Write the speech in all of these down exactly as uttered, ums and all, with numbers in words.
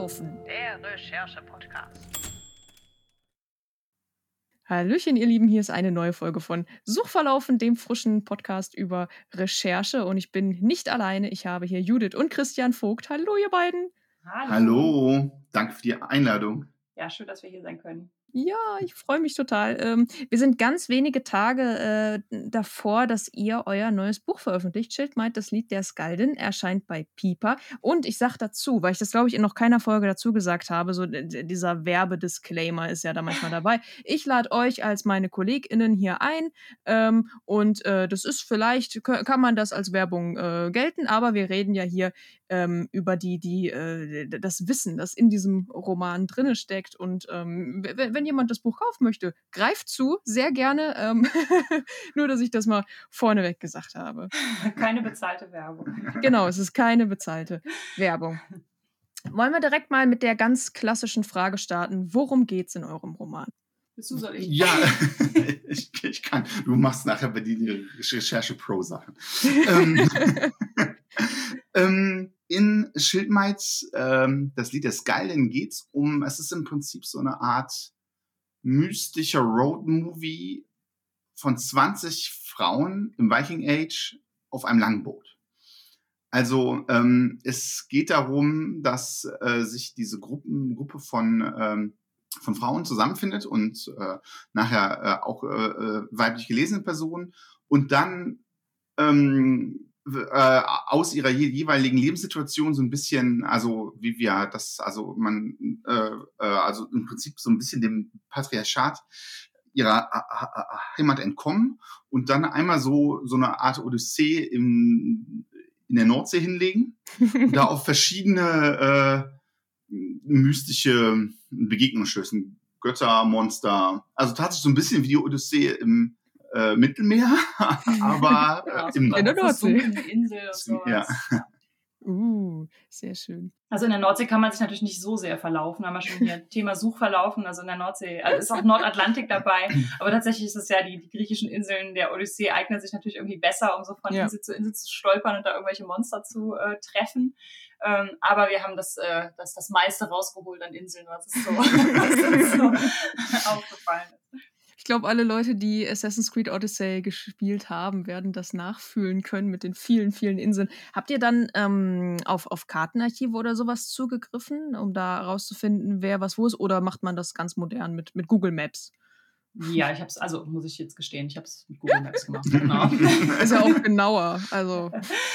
Suchverlaufen, der Recherche-Podcast. Hallöchen, ihr Lieben, hier ist eine neue Folge von Suchverlaufen, dem frischen Podcast über Recherche. Und ich bin nicht alleine, ich habe hier Judith und Christian Vogt. Hallo, ihr beiden. Hallo. Hallo, danke für die Einladung. Ja, schön, dass wir hier sein können. Ja, ich freue mich total. Ähm, wir sind ganz wenige Tage äh, davor, dass ihr euer neues Buch veröffentlicht. Schildmaid, das Lied der Skaldin, erscheint bei Piper. Und ich sage dazu, weil ich das, glaube ich, in noch keiner Folge dazu gesagt habe, so d- dieser Werbedisclaimer ist ja da manchmal dabei. Ich lade euch als meine KollegInnen hier ein ähm, und äh, das ist vielleicht, k- kann man das als Werbung äh, gelten, aber wir reden ja hier ähm, über die, die, äh, das Wissen, das in diesem Roman drinne steckt. Und ähm, wenn, wenn jemand das Buch kaufen möchte, greift zu, sehr gerne. Ähm, nur, dass ich das mal vorneweg gesagt habe. Keine bezahlte Werbung. Genau, es ist keine bezahlte Werbung. Wollen wir direkt mal mit der ganz klassischen Frage starten. Worum geht's in eurem Roman? Bist du, soll ich? Ja, ich, ich kann. Du machst nachher bei dir die Recherche-Pro-Sachen. ähm, ähm, in Schildmaid, ähm, das Lied der Skaldin, geht's um, es ist im Prinzip so eine Art mystischer Road-Movie von zwanzig Frauen im Viking Age auf einem Langboot. Also ähm, es geht darum, dass äh, sich diese Gruppen, Gruppe von, ähm, von Frauen zusammenfindet und äh, nachher äh, auch äh, weiblich gelesene Personen und dann ähm, äh, aus ihrer je- jeweiligen Lebenssituation so ein bisschen, also wie wir das, also man, äh, äh, also im Prinzip so ein bisschen dem Patriarchat ihrer Heimat entkommen und dann einmal so so eine Art Odyssee im, in der Nordsee hinlegen und da auf verschiedene äh, mystische Begegnungen stößen. Götter, Monster, also tatsächlich so ein bisschen wie die Odyssee im äh, Mittelmeer, aber Genau, äh, so im eine In der Nordsee. versunkene Insel und sowas. Ja. Uh, sehr schön. Also in der Nordsee kann man sich natürlich nicht so sehr verlaufen. Da haben wir schon hier Thema Suchverlaufen. Also in der Nordsee also ist auch Nordatlantik dabei. Aber tatsächlich ist es ja, die, die griechischen Inseln der Odyssee eignen sich natürlich irgendwie besser, um so von Ja. Insel zu Insel zu stolpern und da irgendwelche Monster zu äh, treffen. Ähm, aber wir haben das, äh, das, das meiste rausgeholt an Inseln, was es so, was uns so aufgefallen ist. Ich glaube, alle Leute, die Assassin's Creed Odyssey gespielt haben, werden das nachfühlen können mit den vielen, vielen Inseln. Habt ihr dann ähm, auf, auf Kartenarchive oder sowas zugegriffen, um da rauszufinden, wer was wo ist? Oder macht man das ganz modern mit, mit Google Maps? Ja, ich habe es, also muss ich jetzt gestehen, ich habe es mit Google Maps gemacht, genau. Ist ja auch genauer. Also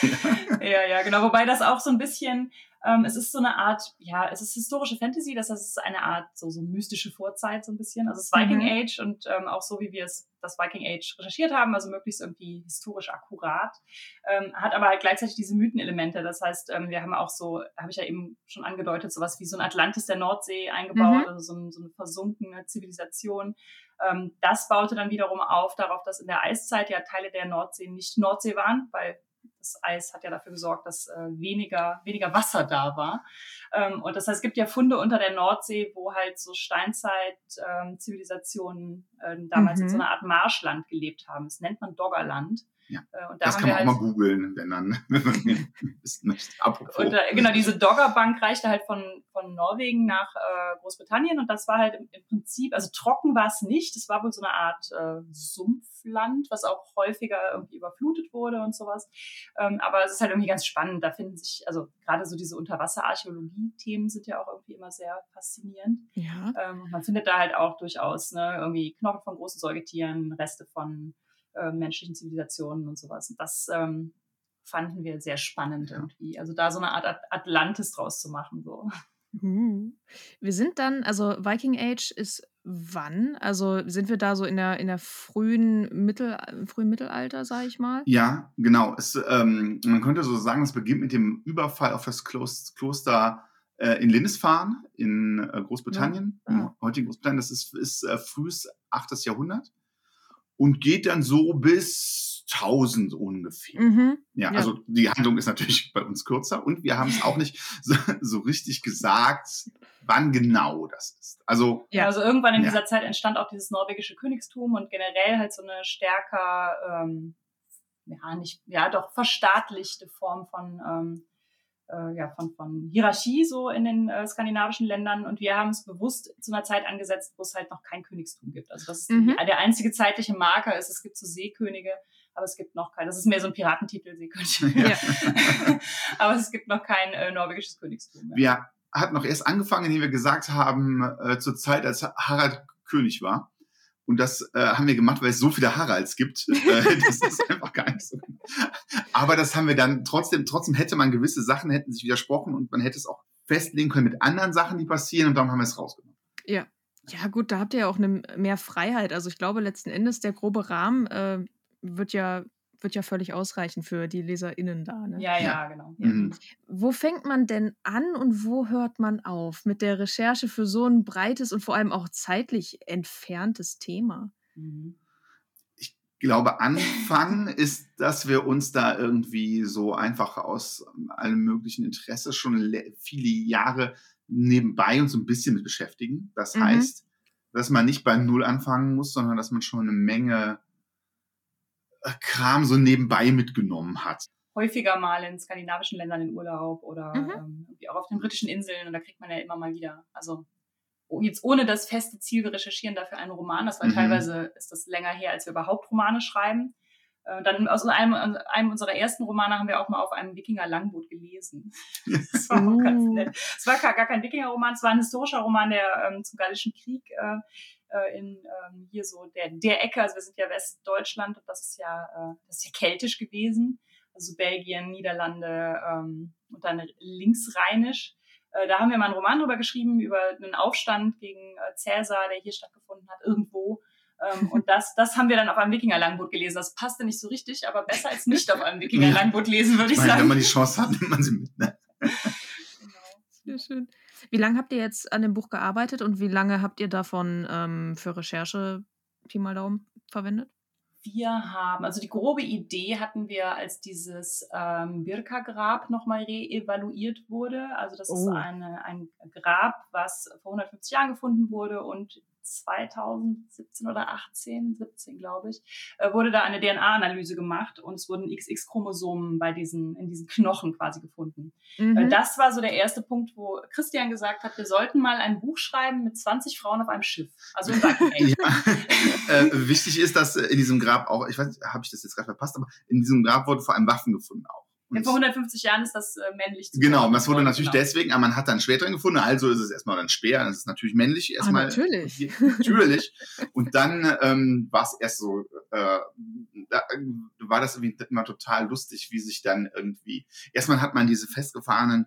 Ja, ja, genau. Wobei das auch so ein bisschen, ähm, es ist so eine Art, ja, es ist historische Fantasy, das heißt, es ist eine Art so, so mystische Vorzeit so ein bisschen. Also es ist Viking Mhm. Age und ähm, auch so, wie wir es das Viking Age recherchiert haben, also möglichst irgendwie historisch akkurat, ähm, hat aber halt gleichzeitig diese Mythenelemente. Das heißt, ähm, wir haben auch so, habe ich ja eben schon angedeutet, sowas wie so ein Atlantis der Nordsee eingebaut, Mhm. also so, ein, so eine versunkene Zivilisation. Ähm, das baute dann wiederum auf darauf, dass in der Eiszeit ja Teile der Nordsee nicht Nordsee waren, weil das Eis hat ja dafür gesorgt, dass äh, weniger, weniger Wasser da war. Ähm, und das heißt, es gibt ja Funde unter der Nordsee, wo halt so Steinzeit-Zivilisationen ähm, damals Mhm. in so einer Art Marschland gelebt haben. Das nennt man Doggerland. Ja. Äh, und da Das haben kann wir man halt auch mal googeln, wenn dann, wenn man wissen möchte. Apropos. und äh, genau, diese Doggerbank reichte halt von, von Norwegen nach äh, Großbritannien und das war halt im, im Prinzip, also trocken war es nicht, es war wohl so eine Art äh, Sumpfland, was auch häufiger irgendwie überflutet wurde und sowas. Ähm, aber es ist halt irgendwie ganz spannend, da finden sich, also gerade so diese Unterwasser-Archäologie-Themen sind ja auch irgendwie immer sehr faszinierend. ja. Ähm, man findet da halt auch durchaus ne, irgendwie Knochen von großen Säugetieren, Reste von äh, menschlichen Zivilisationen und sowas. Und das ähm, fanden wir sehr spannend Ja. irgendwie. Also da so eine Art At- Atlantis draus zu machen. So. Uh. Wir sind dann, also Viking Age ist wann? Also sind wir da so in der, in der frühen, Mittel, frühen Mittelalter, sage ich mal? Ja, genau. Es, ähm, man könnte so sagen, es beginnt mit dem Überfall auf das Klos- Kloster äh, in Lindisfarne in äh, Großbritannien, Ja. im Ah. heutigen Großbritannien. Das ist, ist äh, frühes achtes Jahrhundert und geht dann so bis tausend ungefähr. Mhm. Ja, Ja. also die Handlung ist natürlich bei uns kürzer und wir haben es auch nicht so, so richtig gesagt, wann genau das ist. Also Ja, Ja. also irgendwann in Ja. dieser Zeit entstand auch dieses norwegische Königstum und generell halt so eine stärker, ähm, ja, nicht, ja, doch verstaatlichte Form von ähm, äh, ja, von, von Hierarchie so in den äh, skandinavischen Ländern. Und wir haben es bewusst zu einer Zeit angesetzt, wo es halt noch kein Königstum gibt. Also das ist Mhm. die, der einzige zeitliche Marker ist, es gibt so Seekönige, aber es gibt noch kein, das ist mehr so ein Piratentitel, Seekönig. Ja. Aber es gibt noch kein äh, norwegisches Königstum. Ja. Wir hatten noch erst angefangen, indem wir gesagt haben, äh, zur Zeit, als Harald König war. Und das äh, haben wir gemacht, weil es so viele Haralds gibt. Äh, das ist einfach gar nicht so. Aber das haben wir dann trotzdem, trotzdem hätte man gewisse Sachen, hätten sich widersprochen und man hätte es auch festlegen können mit anderen Sachen, die passieren und darum haben wir es rausgenommen. Ja. Ja, gut, da habt ihr ja auch eine mehr Freiheit. Also ich glaube, letzten Endes, der grobe Rahmen äh, wird ja, wird ja völlig ausreichen für die LeserInnen da. Ne? Ja, ja, genau. Ja. Mhm. Wo fängt man denn an und wo hört man auf mit der Recherche für so ein breites und vor allem auch zeitlich entferntes Thema? Mhm. Ich glaube, Anfang ist, dass wir uns da irgendwie so einfach aus allem möglichen Interesse schon le- viele Jahre nebenbei uns so ein bisschen mit beschäftigen. Das Mhm. heißt, dass man nicht bei Null anfangen muss, sondern dass man schon eine Menge äh, Kram so nebenbei mitgenommen hat. Häufiger mal in skandinavischen Ländern in Urlaub oder Mhm. ähm, irgendwie auch auf den britischen Inseln und da kriegt man ja immer mal wieder, also oh, jetzt ohne das feste Ziel, wir recherchieren dafür einen Roman, das war Mhm. teilweise, ist das länger her, als wir überhaupt Romane schreiben. Äh, dann aus einem, einem unserer ersten Romane haben wir auch mal auf einem Wikinger-Langboot gelesen. Das war auch ganz Uh. nett. Es war gar, gar kein Wikinger-Roman, es war ein historischer Roman, der ähm, zum Gallischen Krieg äh, äh, in ähm, hier so der, der Ecke, also wir sind ja Westdeutschland und das ist ja, äh, das ist ja keltisch gewesen, also Belgien, Niederlande ähm, und dann linksrheinisch. Äh, da haben wir mal einen Roman drüber geschrieben, über einen Aufstand gegen äh, Cäsar, der hier stattgefunden hat, irgendwo. Ähm, und das, das haben wir dann auf einem Wikinger-Langboot gelesen. Das passte nicht so richtig, aber besser als nicht auf einem Wikinger-Langboot lesen, würde ich, Ich meine, sagen. wenn man die Chance hat, nimmt man sie mit. Ne? Genau. Sehr schön. Wie lange habt ihr jetzt an dem Buch gearbeitet und wie lange habt ihr davon ähm, für Recherche, Pi mal Daumen, verwendet? Wir haben, also die grobe Idee hatten wir, als dieses ähm, Birka-Grab nochmal reevaluiert wurde. Also das ist Oh. eine, ein Grab, was vor hundertfünfzig Jahren gefunden wurde und zweitausendsiebzehn oder achtzehn, siebzehn glaube ich, äh, wurde da eine D N A-Analyse gemacht und es wurden X X-Chromosomen bei diesen, in diesen Knochen quasi gefunden. Mhm. Äh, das war so der erste Punkt, wo Christian gesagt hat, wir sollten mal ein Buch schreiben mit zwanzig Frauen auf einem Schiff. Also im Viking Age. Ja. äh, wichtig ist, dass in diesem Grab auch, ich weiß nicht, habe ich das jetzt gerade verpasst, aber in diesem Grab wurden vor allem Waffen gefunden auch. Ja, vor hundertfünfzig Jahren ist das äh, männlich. Genau, das wurde natürlich genau. deswegen, aber man hat dann ein Schwert drin gefunden, also ist es erstmal ein Speer, das ist natürlich männlich erstmal. Ah, natürlich. Natürlich. Und dann ähm, war es erst so, äh, da war das irgendwie immer total lustig, wie sich dann irgendwie, erstmal hat man diese festgefahrenen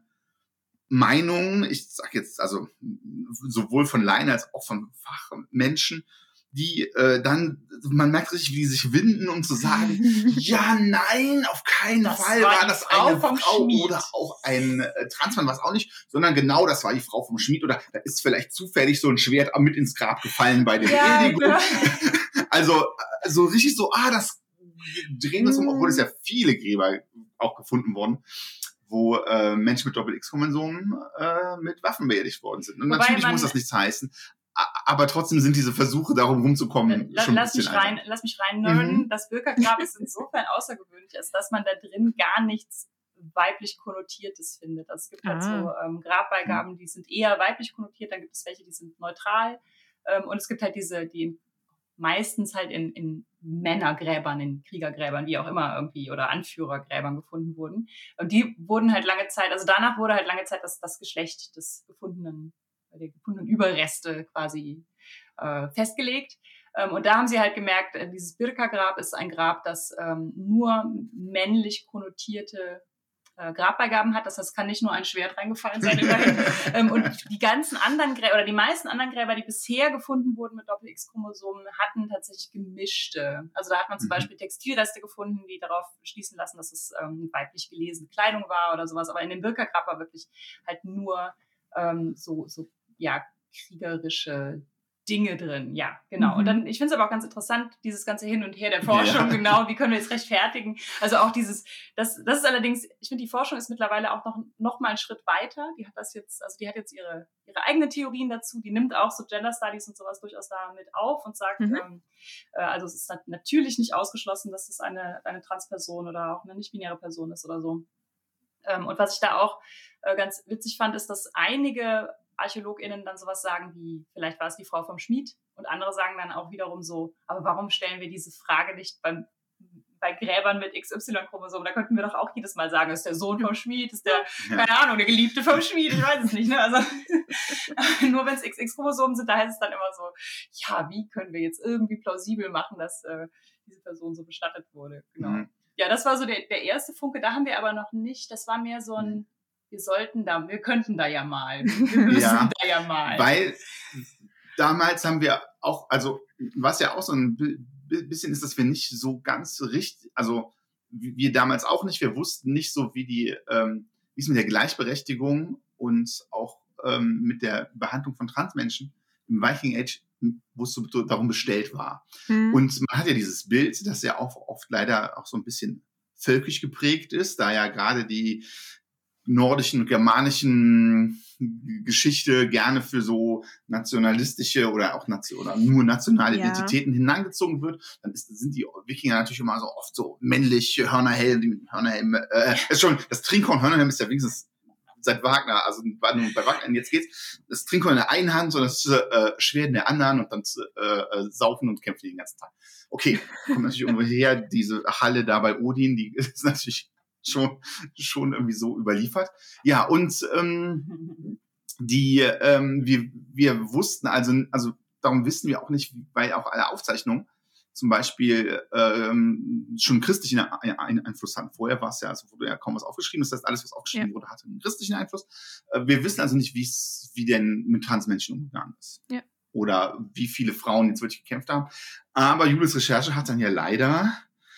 Meinungen, ich sag jetzt also sowohl von Laien als auch von Fachmenschen, die äh, dann, man merkt richtig, wie die sich winden, um zu sagen, ja, nein, auf keinen Das Fall war war die das Frau eine vom Frau Schmied. oder auch ein äh, Transmann, war es auch nicht, sondern genau, das war die Frau vom Schmied oder da ist vielleicht zufällig so ein Schwert mit ins Grab gefallen bei dem Ja, Indigo. genau. Also äh, so richtig so, ah, das drehen wir es um, Mm. obwohl es ja viele Gräber auch gefunden wurden, wo äh, Menschen mit Doppel-X-Chromosomen äh, mit Waffen beerdigt worden sind. Und Wobei natürlich man- muss das nichts heißen, a- aber trotzdem sind diese Versuche, darum rumzukommen, La- schon ein lass, bisschen mich rein, albern. lass mich rein nerden. Mhm. Das Birka-Grab ist insofern außergewöhnlich, als dass man da drin gar nichts weiblich Konnotiertes findet. Also es gibt halt Ah. so ähm, Grabbeigaben, die sind eher weiblich konnotiert, dann gibt es welche, die sind neutral. Ähm, und es gibt halt diese, die meistens halt in, in Männergräbern, in Kriegergräbern, wie auch immer irgendwie, oder Anführergräbern gefunden wurden. Und die wurden halt lange Zeit, also danach wurde halt lange Zeit das, das Geschlecht des gefundenen, der gefundenen Überreste quasi äh, festgelegt. Ähm, und da haben sie halt gemerkt, äh, dieses Birka-Grab ist ein Grab, das ähm, nur männlich konnotierte äh, Grabbeigaben hat. Das heißt, es kann nicht nur ein Schwert reingefallen sein immerhin. ähm, und die ganzen anderen Gräber, oder die meisten anderen Gräber, die bisher gefunden wurden mit Doppel-X-Chromosomen, hatten tatsächlich gemischte. Also da hat man zum Mhm. Beispiel Textilreste gefunden, die darauf schließen lassen, dass es ähm, weiblich gelesene Kleidung war oder sowas. Aber in dem Birka-Grab war wirklich halt nur ähm, so, so, ja, kriegerische Dinge drin, ja, genau. Mhm. Und dann, ich finde es aber auch ganz interessant, dieses ganze Hin und Her der Forschung, Ja. genau, wie können wir jetzt rechtfertigen? Also auch dieses, das, das ist allerdings, ich finde, die Forschung ist mittlerweile auch noch, noch mal einen Schritt weiter. Die hat das jetzt, also die hat jetzt ihre, ihre eigenen Theorien dazu, die nimmt auch so Gender Studies und sowas durchaus da mit auf und sagt, Mhm. ähm, äh, also es ist nat- natürlich nicht ausgeschlossen, dass es eine, eine Transperson oder auch eine nicht-binäre Person ist oder so. Ähm, und was ich da auch äh, ganz witzig fand, ist, dass einige ArchäologInnen dann sowas sagen wie, vielleicht war es die Frau vom Schmied, und andere sagen dann auch wiederum so, aber warum stellen wir diese Frage nicht beim, bei Gräbern mit X Y-Chromosom? Da könnten wir doch auch jedes Mal sagen, ist der Sohn vom Schmied, ist der, keine Ahnung, der Geliebte vom Schmied, ich weiß es nicht. Ne? Also nur wenn es X X-Chromosomen sind, da heißt es dann immer so, ja, wie können wir jetzt irgendwie plausibel machen, dass äh, diese Person so bestattet wurde? Genau. Mhm. Ja, das war so der, der erste Funke, da haben wir aber noch nicht, das war mehr so ein, wir sollten da, wir könnten da ja mal, wir müssen ja, da ja mal. Weil damals haben wir auch, also was ja auch so ein bisschen ist, dass wir nicht so ganz richtig, also wir damals auch nicht, wir wussten nicht so, wie die, ähm, wie es mit der Gleichberechtigung und auch ähm, mit der Behandlung von Transmenschen im Viking Age, wo es so darum bestellt war. Mhm. Und man hat ja dieses Bild, das ja auch oft leider auch so ein bisschen völkisch geprägt ist, da ja gerade die nordischen und germanischen Geschichte gerne für so nationalistische oder auch nation- oder nur nationale ja. Identitäten hineingezogen wird, dann ist, sind die Wikinger natürlich immer so oft so männlich, Hörnerhelm, Hörnerhelm, äh, ist schon, das Trinkhorn-Hörnerhelm ist ja wenigstens seit Wagner, also war nur bei Wagner, jetzt geht's, das Trinkhorn in der einen Hand und das äh, Schwert in der anderen und dann äh, saufen und kämpfen den ganzen Tag. Okay, kommt natürlich irgendwo her, diese Halle da bei Odin, die ist natürlich schon schon irgendwie so überliefert. Ja, und ähm, die ähm, wir wir wussten also also darum wissen wir auch nicht, weil auch alle Aufzeichnungen zum Beispiel ähm, schon einen christlichen Einfluss hatten. Vorher war es ja, also wurde ja kaum was aufgeschrieben. Das heißt, alles, was aufgeschrieben ja. wurde, hatte einen christlichen Einfluss. Äh, wir wissen also nicht, wie es wie denn mit Transmenschen umgegangen ist. Ja. Oder wie viele Frauen jetzt wirklich gekämpft haben. Aber Julis Recherche hat dann ja leider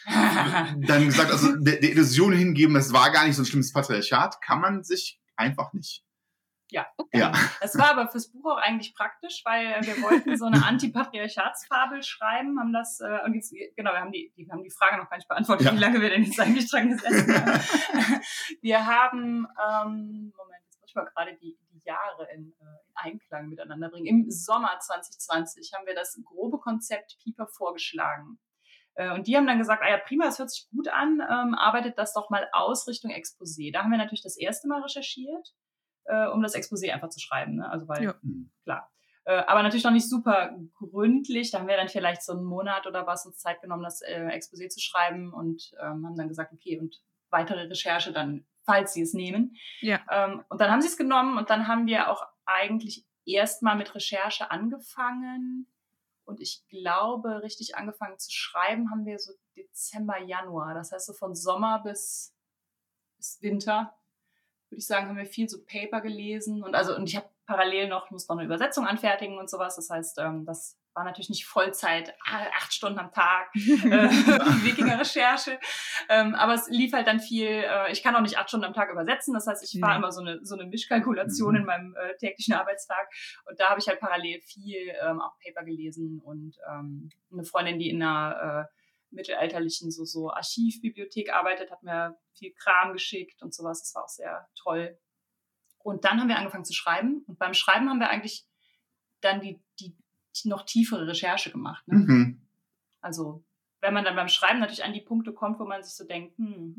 dann gesagt, also der, der Illusion hingeben, es war gar nicht so ein schlimmes Patriarchat, kann man sich einfach nicht. Ja, okay. Ja. Das war aber fürs Buch auch eigentlich praktisch, weil wir wollten so eine Antipatriarchatsfabel schreiben, haben das, äh, und jetzt, genau, wir haben die, die, wir haben die Frage noch gar nicht beantwortet, ja. wie lange wir denn jetzt eigentlich dran gesessen haben. Wir haben, ähm, Moment, jetzt muss ich mal gerade die, die Jahre in, äh, in Einklang miteinander bringen. Im Sommer zwanzig zwanzig haben wir das grobe Konzept Piper vorgeschlagen. Und die haben dann gesagt, ah ja, prima, das hört sich gut an, ähm, arbeitet das doch mal aus Richtung Exposé. Da haben wir natürlich das erste Mal recherchiert, äh, um das Exposé einfach zu schreiben. Ne? Also weil, ja. klar. Äh, aber natürlich noch nicht super gründlich. Da haben wir dann vielleicht so einen Monat oder was uns Zeit genommen, das äh, Exposé zu schreiben und ähm, haben dann gesagt, okay, und weitere Recherche dann, falls sie es nehmen. Ja. Ähm, und dann haben sie es genommen und dann haben wir auch eigentlich erstmal mit Recherche angefangen. Und ich glaube, richtig angefangen zu schreiben haben wir so Dezember, Januar. Das heißt, so von Sommer bis, bis Winter, würde ich sagen, haben wir viel so Paper gelesen. Und also und ich habe parallel noch, muss noch eine Übersetzung anfertigen und sowas. Das heißt, ähm, das war natürlich nicht Vollzeit, acht Stunden am Tag, äh, Wikinger-Recherche. Ähm, aber es lief halt dann viel, äh, ich kann auch nicht acht Stunden am Tag übersetzen. Das heißt, ich fahre ja. immer so eine, so eine Mischkalkulation mhm. in meinem äh, täglichen Arbeitstag. Und da habe ich halt parallel viel ähm, auch Paper gelesen und ähm, eine Freundin, die in einer äh, mittelalterlichen so, so Archivbibliothek arbeitet, hat mir viel Kram geschickt und sowas. Das war auch sehr toll. Und dann haben wir angefangen zu schreiben. Und beim Schreiben haben wir eigentlich dann die, die noch tiefere Recherche gemacht. Ne? Mhm. Also wenn man dann beim Schreiben natürlich an die Punkte kommt, wo man sich so denkt, hm,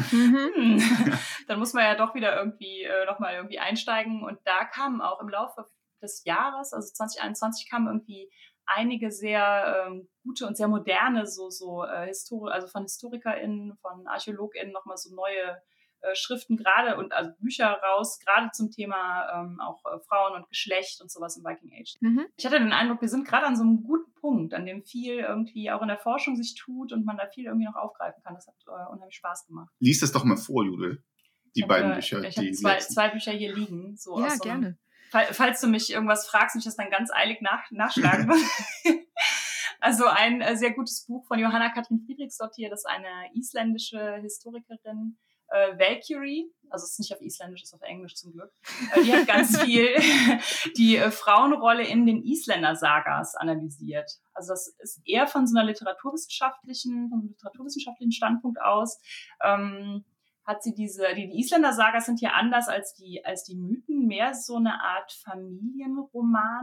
hm, dann muss man ja doch wieder irgendwie äh, nochmal irgendwie einsteigen. Und da kamen auch im Laufe des Jahres, also zwanzig einundzwanzig, kamen irgendwie einige sehr ähm, gute und sehr moderne, so, so äh, Histori- also von HistorikerInnen, von ArchäologInnen nochmal so neue äh, Schriften gerade und also Bücher raus, gerade zum Thema ähm, auch äh, Frauen und Geschlecht und sowas im Viking Age. Mhm. Ich hatte den Eindruck, wir sind gerade an so einem guten Punkt, an dem viel irgendwie auch in der Forschung sich tut und man da viel irgendwie noch aufgreifen kann. Das hat äh, unheimlich Spaß gemacht. Lies das doch mal vor, Judel. Die ich beiden hab, Bücher. Ich habe zwei, zwei Bücher hier liegen. So ja, aus so gerne. Einem, falls du mich irgendwas fragst und ich das dann ganz eilig nach, nachschlagen muss. Also ein äh, sehr gutes Buch von Johanna Katrin Friedrichsdottir, das ist eine isländische Historikerin, äh, Valkyrie, also es ist nicht auf Isländisch, es ist auf Englisch zum Glück. Äh, die hat ganz viel die äh, Frauenrolle in den Isländer-Sagas analysiert. Also das ist eher von so einer literaturwissenschaftlichen, von einem literaturwissenschaftlichen Standpunkt aus. Ähm, hat sie diese, die, die Isländer-Sagas sind ja anders als die, als die Mythen, mehr so eine Art Familienroman.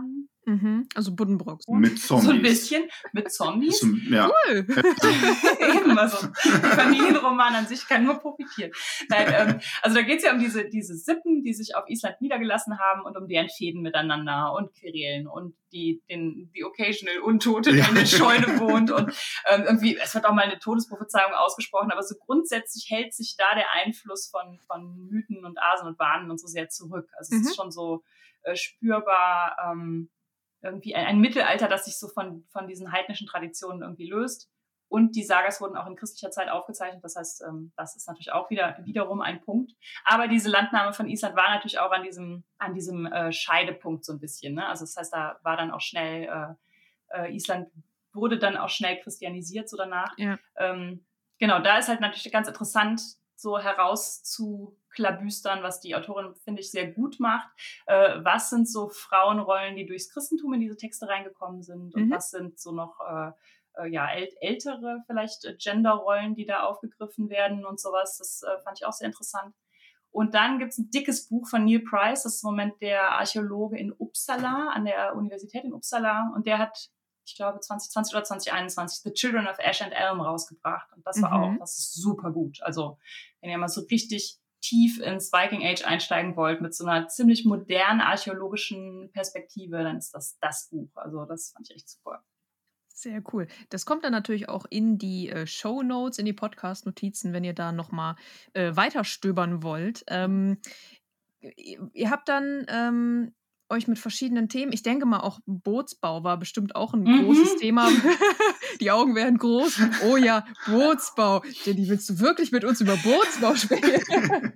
Mhm. Also Buddenbrooks. Mit Zombies. So ein bisschen mit Zombies. Ist, ja. Cool. Eben, also der Familienroman an sich kann nur profitieren. Nein, ähm, also da geht es ja um diese, diese Sippen, die sich auf Island niedergelassen haben und um deren Fäden miteinander und Querelen und die, den, die occasional Untote, die Ja. in der Scheune wohnt und ähm, irgendwie, es wird auch mal eine Todesprophezeiung ausgesprochen, aber so grundsätzlich hält sich da der Einfluss von, von Mythen und Asen und Wanen und so sehr zurück. Also es Mhm. ist schon so äh, spürbar, ähm, irgendwie ein, ein Mittelalter, das sich so von, von diesen heidnischen Traditionen irgendwie löst. Und die Sagas wurden auch in christlicher Zeit aufgezeichnet. Das heißt, ähm, das ist natürlich auch wieder wiederum ein Punkt. Aber diese Landnahme von Island war natürlich auch an diesem, an diesem äh, Scheidepunkt so ein bisschen. Ne? Also das heißt, da war dann auch schnell, äh, äh, Island wurde dann auch schnell christianisiert so danach. Ja. Ähm, genau, da ist halt natürlich ganz interessant, so herauszuklabüstern, was die Autorin, finde ich, sehr gut macht. Äh, was sind so Frauenrollen, die durchs Christentum in diese Texte reingekommen sind? Und Mhm. was sind so noch äh, äh, ja, äl- ältere vielleicht äh, Genderrollen, die da aufgegriffen werden und sowas? Das äh, fand ich auch sehr interessant. Und dann gibt es ein dickes Buch von Neil Price, das ist im Moment der Archäologe in Uppsala, an der Universität in Uppsala. Und der hat, ich glaube, zwanzig zwanzig oder zwanzig einundzwanzig The Children of Ash and Elm rausgebracht. Und das war Mhm. auch, das ist super gut. Also, wenn ihr mal so richtig tief ins Viking Age einsteigen wollt, mit so einer ziemlich modernen archäologischen Perspektive, dann ist das das Buch. Also, das fand ich echt super. Sehr cool. Das kommt dann natürlich auch in die äh, Shownotes, in die Podcast-Notizen, wenn ihr da nochmal äh, weiterstöbern wollt. Ähm, ihr, ihr habt dann ähm, euch mit verschiedenen Themen, ich denke mal auch Bootsbau war bestimmt auch ein Mhm. großes Thema. Die Augen werden groß. Oh ja, Bootsbau. Jenny, willst du wirklich mit uns über Bootsbau sprechen?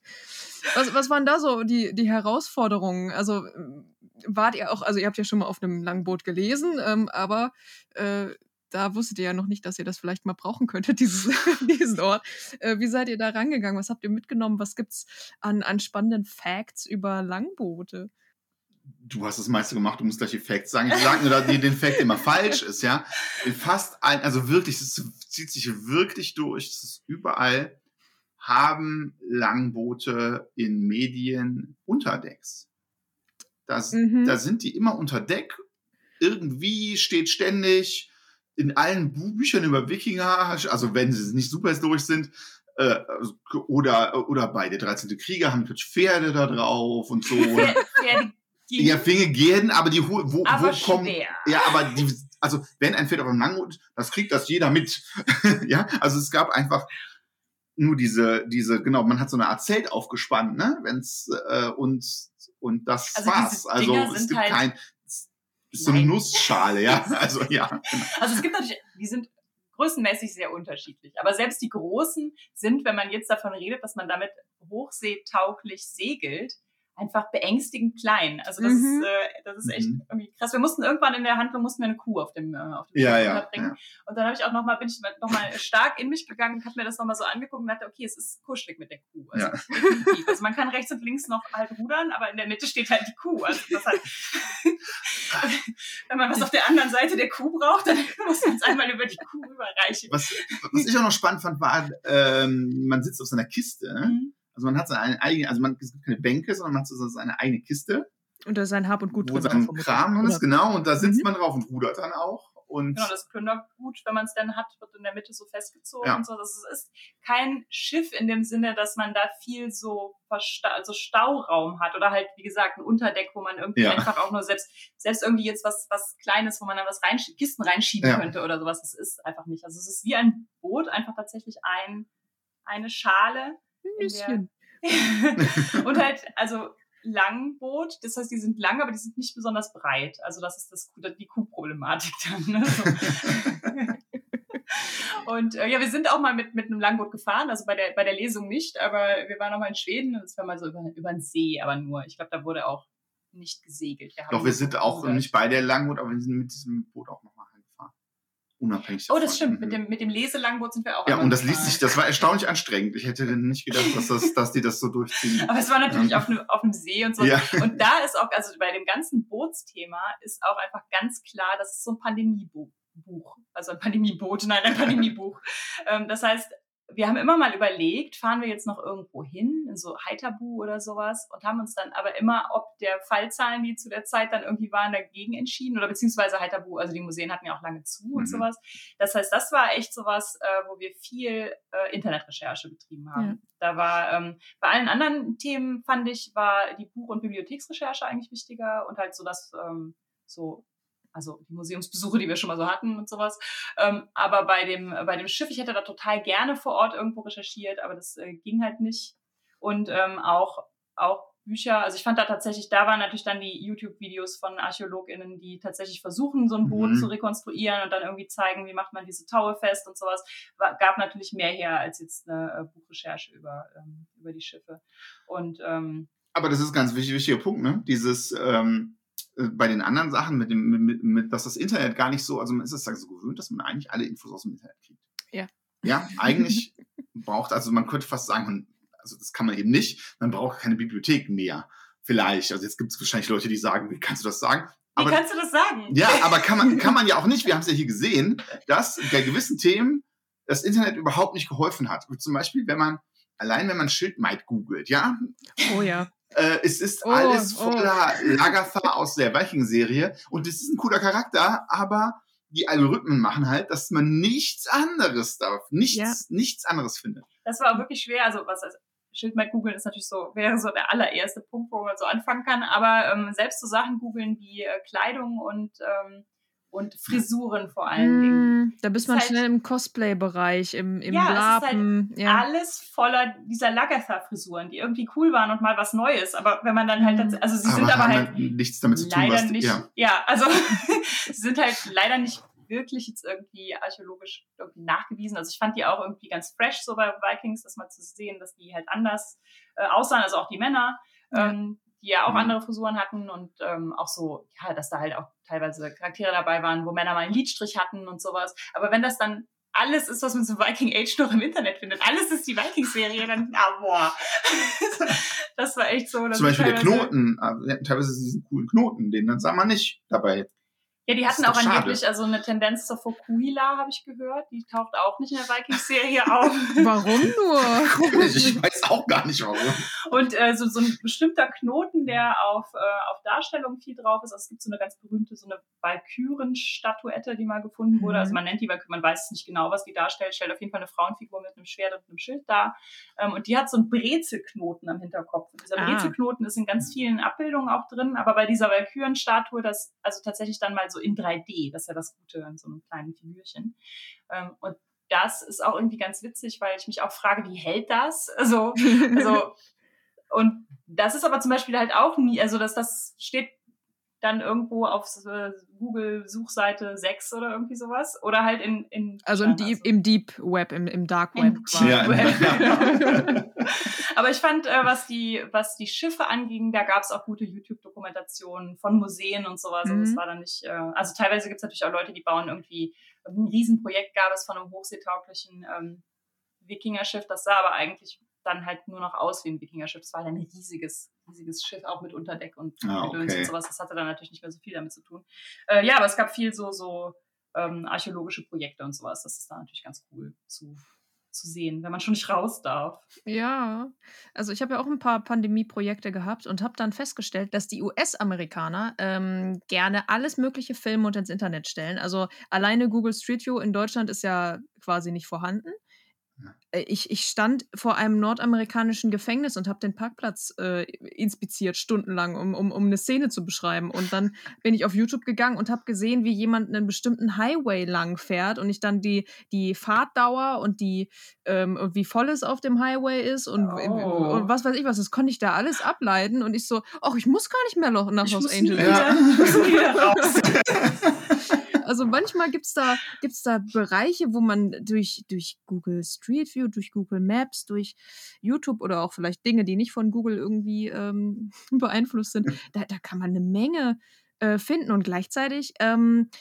was, was waren da so die, die Herausforderungen? Also wart ihr auch, also ihr habt ja schon mal auf einem Langboot gelesen, ähm, aber äh, da wusstet ihr ja noch nicht, dass ihr das vielleicht mal brauchen könntet, dieses, diesen Ort. Äh, wie seid ihr da rangegangen? Was habt ihr mitgenommen? Was gibt's an, an spannenden Facts über Langboote? Du hast das meiste gemacht, du musst gleich die Facts sagen. Ich sage nur, dass den Fact der immer falsch ist, ja. In fast allen, also wirklich, es zieht sich wirklich durch, es ist überall, haben Langboote in Medien Unterdecks. Das, Mhm. Da sind die immer unter Deck. Irgendwie steht ständig in allen Bu- Büchern über Wikinger, also wenn sie nicht super historisch sind, äh, oder, oder bei der dreizehnten Krieger haben plötzlich Pferde da drauf und so. Pferde, Pferde gehen, Ja, Finge gehen, aber die wo, wo, aber wo kommen. schwer. Ja, aber die, also wenn ein Pferd auf einem Langboot, das kriegt das jeder mit. Ja, also es gab einfach nur diese, diese, genau, man hat so eine Art Zelt aufgespannt, ne, wenn's äh, und und das Also war's. diese Also Dinger es sind gibt halt kein, es ist so eine klein. Nussschale, ja, also ja. Genau. Also es gibt natürlich, die sind größenmäßig sehr unterschiedlich. Aber selbst die großen sind, wenn man jetzt davon redet, dass man damit hochseetauglich segelt, einfach beängstigend klein. Also das Mhm. ist, äh, das ist echt Mhm. irgendwie krass. Wir mussten irgendwann in der Handlung mussten wir eine Kuh auf dem, äh, auf dem Ja, Schiff ja, unterbringen. ja. Und dann habe ich auch noch mal, bin ich noch mal stark in mich gegangen und habe mir das noch mal so angeguckt und dachte, okay, es ist kuschelig mit der Kuh. Also, Ja. definitiv. Also man kann rechts und links noch halt rudern, aber in der Mitte steht halt die Kuh. Also das halt, wenn man was auf der anderen Seite der Kuh braucht, dann muss man es einmal über die Kuh überreichen. Was, was ich auch noch spannend fand, war, ähm, man sitzt auf seiner Kiste, ne? Mhm. Also man hat seine eigene, also man, es gibt keine Bänke, sondern man hat so seine eigene Kiste, Und da ist sein Hab und Gut wo drin. auch sein vermutlich. Kram drin ist, Oder- genau, und da sitzt Mhm. man drauf und rudert dann auch. Und Genau, das Plündergut, wenn man es dann hat, wird in der Mitte so festgezogen Ja. und so. Das ist kein Schiff in dem Sinne, dass man da viel so Versta also Stauraum hat oder halt, wie gesagt, ein Unterdeck, wo man irgendwie Ja. einfach auch nur selbst, selbst irgendwie jetzt was, was Kleines, wo man dann was rein, Kisten reinschieben Ja. könnte oder sowas. Das ist einfach nicht. Also es ist wie ein Boot, einfach tatsächlich ein, eine Schale. Ein in der- bisschen. und halt, also Langboot, das heißt, die sind lang, aber die sind nicht besonders breit. Also das ist das, die Kuhproblematik dann. Ne? So. Und äh, ja, wir sind auch mal mit, mit einem Langboot gefahren, also bei der, bei der Lesung nicht, aber wir waren auch mal in Schweden, das war mal so über, über den See, aber nur. Ich glaube, da wurde auch nicht gesegelt. Wir haben doch, wir sind auch gerudert. nicht bei der Langboot, aber wir sind mit diesem Boot auch nochmal gefahren. Unabhängig davon. Oh, das stimmt. Mhm. Mit dem, mit dem Leselangboot sind wir auch Ja, einmal und das gefahren. ließ sich, das war erstaunlich anstrengend. Ich hätte nicht gedacht, dass, das, dass die das so durchziehen. Aber es war natürlich Ja. auf, ne, auf einem See und so. Ja. Und da ist auch, also bei dem ganzen Bootsthema ist auch einfach ganz klar, das ist so ein Pandemiebuch. Also ein Pandemieboot, nein, ein Pandemiebuch. ähm, das heißt, wir haben immer mal überlegt, fahren wir jetzt noch irgendwo hin, in so Haithabu oder sowas, und haben uns dann aber immer, ob der Fallzahlen, die zu der Zeit dann irgendwie waren, dagegen entschieden, oder beziehungsweise Haithabu, also die Museen hatten ja auch lange zu und Mhm. sowas. Das heißt, das war echt sowas, äh, wo wir viel äh, Internetrecherche betrieben haben. Ja. Da war, ähm, bei allen anderen Themen, fand ich, war die Buch- und Bibliotheksrecherche eigentlich wichtiger und halt so das, ähm, so, also die Museumsbesuche, die wir schon mal so hatten und sowas. Ähm, aber bei dem, bei dem Schiff, ich hätte da total gerne vor Ort irgendwo recherchiert, aber das äh, ging halt nicht. Und ähm, auch, auch Bücher, also ich fand da tatsächlich, da waren natürlich dann die YouTube-Videos von ArchäologInnen, die tatsächlich versuchen, so ein Boot Mhm. zu rekonstruieren und dann irgendwie zeigen, wie macht man diese Taue fest und sowas. War, gab natürlich mehr her als jetzt eine äh, Buchrecherche über, ähm, über die Schiffe. Und ähm, Aber das ist ein ganz wichtig, wichtiger Punkt, ne? Dieses, ähm, äh, bei den anderen Sachen, mit dem, mit, mit, dass das Internet gar nicht so, also man ist es so gewöhnt, dass man eigentlich alle Infos aus dem Internet kriegt. Ja. Ja, eigentlich braucht, also man könnte fast sagen, man, also das kann man eben nicht, man braucht keine Bibliothek mehr. Vielleicht. Also jetzt gibt es wahrscheinlich Leute, die sagen, wie kannst du das sagen? wie Aber, kannst du das sagen? ja, aber kann man, kann man ja auch nicht. Wir haben es ja hier gesehen, dass bei gewissen Themen das Internet überhaupt nicht geholfen hat. Zum Beispiel, wenn man, allein wenn man Schildmaid googelt, ja, Oh ja. äh, es ist Oh, alles oh. voller Lagertha aus der Viking-Serie und es ist ein cooler Charakter, aber die Algorithmen machen halt, dass man nichts anderes darf, nichts, Ja. nichts anderes findet. Das war auch wirklich schwer. Also was als Schildmaid googeln ist natürlich so, wäre so der allererste Punkt, wo man so anfangen kann. Aber ähm, selbst so Sachen googeln wie äh, Kleidung und, ähm, und Frisuren vor allen Dingen. Mm, da bist Ist man halt- schnell im Cosplay-Bereich, im, im Ja, es ist halt Lapen. Ja. Alles voller dieser Lagertha-Frisuren, die irgendwie cool waren und mal was Neues. Aber wenn man dann halt, Mhm. tats- also sie aber sind aber haben halt halt nichts damit zu tun, leider was die, nicht, ja. ja, also sie sind halt leider nicht wirklich jetzt irgendwie archäologisch irgendwie nachgewiesen. Also ich fand die auch irgendwie ganz fresh, so bei Vikings, das mal zu sehen, dass die halt anders äh, aussahen, also auch die Männer, Ja. ähm, die ja auch Mhm. andere Frisuren hatten und ähm, auch so, ja, dass da halt auch teilweise Charaktere dabei waren, wo Männer mal einen Lidstrich hatten und sowas. Aber wenn das dann alles ist, was man zu Viking Age noch im Internet findet, alles ist die Vikings-Serie, dann, ah, boah. Das war echt so. dass Zum Beispiel ich der teilweise- Knoten, äh, wir hatten teilweise diesen coolen Knoten, den dann sah man nicht dabei. Ja, die Das hatten ist auch doch schade. angeblich also eine Tendenz zur Fokuhila, habe ich gehört. Die taucht auch nicht in der Vikings-Serie auf. Warum nur? Komisch, ich weiß auch gar nicht warum. Und äh, so, so ein bestimmter Knoten, der auf, äh, auf Darstellung viel drauf ist. Also es gibt so eine ganz berühmte, so eine Walküren-Statuette, die mal gefunden wurde. Mhm. Also man nennt die Walküren, man weiß es nicht genau, was die darstellt. Stellt auf jeden Fall eine Frauenfigur mit einem Schwert und einem Schild dar. Ähm, und die hat so einen Brezelknoten am Hinterkopf. Und dieser Ah. Brezelknoten ist in ganz vielen Abbildungen auch drin. Aber bei dieser Walküren-Statue, das also tatsächlich dann mal so in drei D. Das ist ja das Gute an so einem kleinen Figürchen. Ähm, und das ist auch irgendwie ganz witzig, weil ich mich auch frage, wie hält das? Also, also, und das ist aber zum Beispiel halt auch nie, also dass das steht dann irgendwo auf äh, Google-Suchseite sechs oder irgendwie sowas. Oder halt in... in Also im Deep, im Deep Web, im, im Dark Web Im quasi. Ja, Web. Aber ich fand, äh, was die was die Schiffe anging, da gab es auch gute YouTube-Dokumentationen von Museen und sowas. Also es Mhm. war dann nicht, äh, also teilweise gibt es natürlich auch Leute, die bauen irgendwie, ein Riesenprojekt gab es von einem hochseetauglichen ähm, Wikingerschiff, das sah aber eigentlich dann halt nur noch aus wie ein Wikingerschiff. Es war halt ein riesiges, riesiges Schiff, auch mit Unterdeck und Ah, Gedöns okay. und sowas. Das hatte dann natürlich nicht mehr so viel damit zu tun. Äh, ja, aber es gab viel so, so ähm, archäologische Projekte und sowas. Das ist dann natürlich ganz cool zu, zu sehen, wenn man schon nicht raus darf. Ja, also ich habe ja auch ein paar Pandemie-Projekte gehabt und habe dann festgestellt, dass die U S-Amerikaner ähm, gerne alles mögliche filmen und ins Internet stellen. Also alleine Google Street View in Deutschland ist ja quasi nicht vorhanden. Äh, Ich, ich stand vor einem nordamerikanischen Gefängnis und habe den Parkplatz äh, inspiziert, stundenlang, um, um, um eine Szene zu beschreiben. Und dann bin ich auf YouTube gegangen und habe gesehen, wie jemand einen bestimmten Highway lang fährt und ich dann die, die Fahrtdauer und die ähm, und wie voll es auf dem Highway ist und, Oh. und was weiß ich was, das konnte ich da alles ableiten. Und ich so, ach, ich muss gar nicht mehr lo- nach Ich Los muss nie Angeles. Ja. wieder, ich muss nie wieder raus. Also manchmal gibt es da, gibt's da Bereiche, wo man durch, durch Google Street View, durch Google Maps, durch YouTube oder auch vielleicht Dinge, die nicht von Google irgendwie ähm, beeinflusst sind, da, da kann man eine Menge äh, finden. Und gleichzeitig ähm,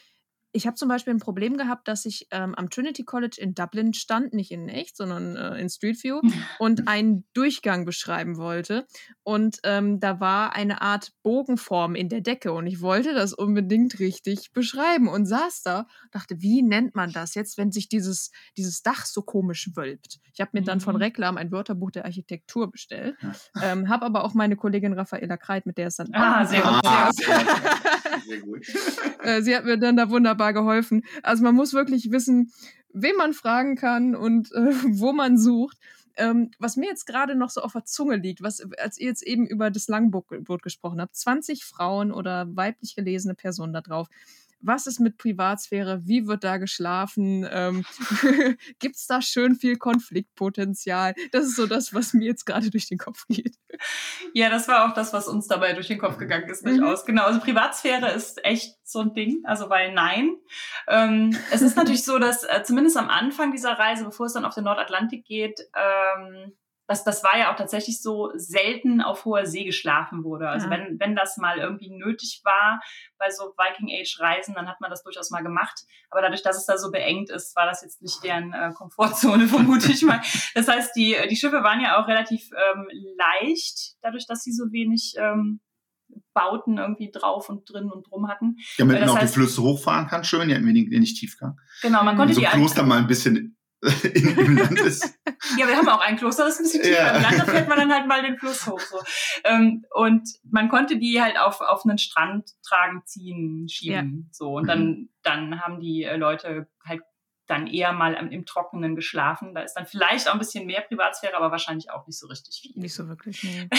Ich habe zum Beispiel ein Problem gehabt, dass ich ähm, am Trinity College in Dublin stand, nicht in echt, sondern äh, in Street View und einen Durchgang beschreiben wollte. Und ähm, da war eine Art Bogenform in der Decke und ich wollte das unbedingt richtig beschreiben und saß da und dachte, wie nennt man das jetzt, wenn sich dieses, dieses Dach so komisch wölbt? Ich habe mir dann von Reklam ein Wörterbuch der Architektur bestellt, ähm, habe aber auch meine Kollegin Raffaela Kreit, mit der es dann Ah, sehr gut. Ah, sehr, sehr gut. Äh, Sie hat mir dann da wunderbar geholfen. Also man muss wirklich wissen, wen man fragen kann und äh, wo man sucht. Ähm, was mir jetzt gerade noch so auf der Zunge liegt, was, als ihr jetzt eben über das Langboot gesprochen habt, zwanzig Frauen oder weiblich gelesene Personen da drauf. Was ist mit Privatsphäre? Wie wird da geschlafen? Ähm, Gibt es da schön viel Konfliktpotenzial? Das ist so das, was mir jetzt gerade durch den Kopf geht. Ja, das war auch das, was uns dabei durch den Kopf gegangen ist, durchaus. Mhm. Genau, also Privatsphäre ist echt so ein Ding, also weil nein. Ähm, es ist natürlich so, dass äh, zumindest am Anfang dieser Reise, bevor es dann auf den Nordatlantik geht, ähm, Das, das war ja auch tatsächlich so, selten auf hoher See geschlafen wurde. Also ja. wenn, wenn das mal irgendwie nötig war bei so Viking-Age-Reisen, dann hat man das durchaus mal gemacht. Aber dadurch, dass es da so beengt ist, war das jetzt nicht deren äh, Komfortzone, vermute ich mal. Das heißt, die, die Schiffe waren ja auch relativ ähm, leicht, dadurch, dass sie so wenig ähm, Bauten irgendwie drauf und drin und drum hatten. Ja, damit man das auch heißt, die Flüsse hochfahren kann, schön, die hatten wenig, wenig Tiefgang. Genau, man konnte so die... ein Kloster mal ein bisschen... In, im Land ist. Ja, wir haben auch ein Kloster, das ist ein bisschen tiefer. Ja. Im Land, da fährt man dann halt mal den Fluss hoch. So. Ähm, und man konnte die halt auf, auf einen Strand tragen, ziehen, schieben. Ja. So. Und dann, mhm. dann haben die Leute halt dann eher mal im, im Trockenen geschlafen. Da ist dann vielleicht auch ein bisschen mehr Privatsphäre, aber wahrscheinlich auch nicht so richtig viel. Nicht so wirklich, nee.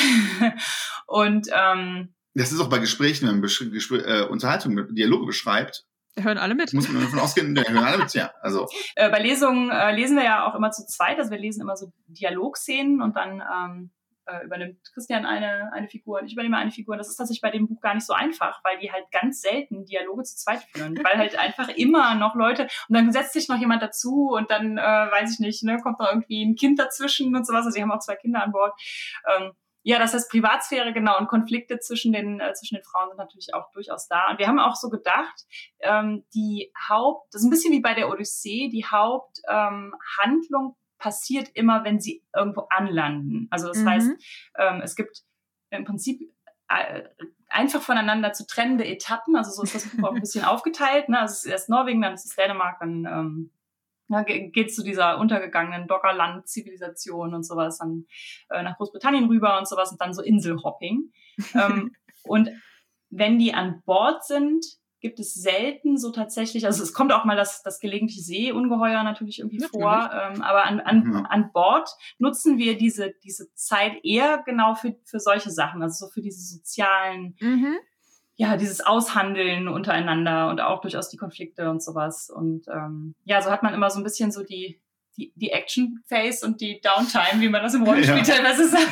Und ähm, das ist auch bei Gesprächen, wenn man Besch- Gespr- äh, Unterhaltungen, Dialoge beschreibt, hören alle mit. Muss man davon ausgehen, hören alle mit, ja. Also. Äh, bei Lesungen äh, lesen wir ja auch immer zu zweit, also wir lesen immer so Dialogszenen und dann ähm, äh, übernimmt Christian eine, eine Figur und ich übernehme eine Figur. Das ist tatsächlich bei dem Buch gar nicht so einfach, weil die halt ganz selten Dialoge zu zweit führen, weil halt einfach immer noch Leute, und dann setzt sich noch jemand dazu und dann, äh, weiß ich nicht, ne, kommt noch irgendwie ein Kind dazwischen und sowas, also sie haben auch zwei Kinder an Bord. Ähm, Ja, das heißt Privatsphäre, genau, und Konflikte zwischen den äh, zwischen den Frauen sind natürlich auch durchaus da. Und wir haben auch so gedacht, ähm, die Haupt, das ist ein bisschen wie bei der Odyssee, die Haupthandlung ähm, passiert immer, wenn sie irgendwo anlanden. Also das mhm. heißt, ähm, es gibt im Prinzip äh, einfach voneinander zu trennende Etappen. Also so ist das Buch auch ein bisschen aufgeteilt. Ne? Also es ist erst Norwegen, dann ist es Dänemark, dann ähm, Da geht es zu dieser untergegangenen Doggerland-Zivilisation und sowas, dann äh, nach Großbritannien rüber und sowas und dann so Inselhopping. ähm, und wenn die an Bord sind, gibt es selten so tatsächlich, also es kommt auch mal das, das gelegentliche Seeungeheuer natürlich irgendwie natürlich. vor, ähm, aber an, an, ja. an Bord nutzen wir diese, diese Zeit eher genau für, für solche Sachen, also so für diese sozialen mhm. ja, dieses Aushandeln untereinander und auch durchaus die Konflikte und sowas. Und ähm, ja, so hat man immer so ein bisschen so die, die, die Action-Phase und die Downtime, wie man das im Rollenspiel ja. teilweise sagt.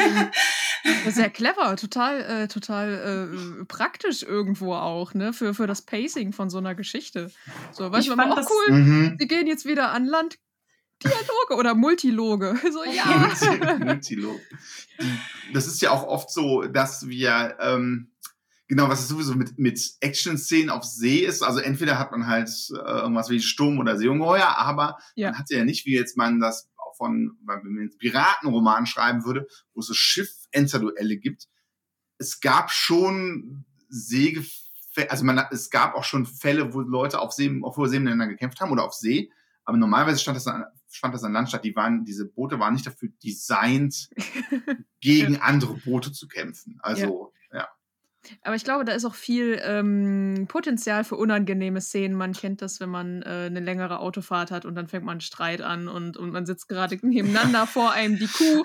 Sehr clever, total, äh, total äh, praktisch irgendwo auch, ne, für, für das Pacing von so einer Geschichte. So, weißt du, auch cool, mhm. sie gehen jetzt wieder an Land. Dialoge oder Multiloge. So, ja. Multiloge. Das ist ja auch oft so, dass wir... Ähm, Genau, was es sowieso mit, mit Action-Szenen auf See ist. Also entweder hat man halt äh, irgendwas wie Sturm oder Seeungeheuer, aber ja. man hat ja nicht, wie jetzt man das auch von, wenn man einen Piratenroman schreiben würde, wo es so Schiff-Enter-Duelle gibt. Es gab schon Seegefälle, also man, es gab auch schon Fälle, wo Leute auf See, auf hoher See miteinander gekämpft haben oder auf See. Aber normalerweise stand das an, stand das an Land statt. Die waren, diese Boote waren nicht dafür designt, gegen ja. andere Boote zu kämpfen. Also, ja. ja. Aber ich glaube, da ist auch viel ähm, Potenzial für unangenehme Szenen. Man kennt das, wenn man äh, eine längere Autofahrt hat und dann fängt man einen Streit an und, und man sitzt gerade nebeneinander vor einem die Kuh.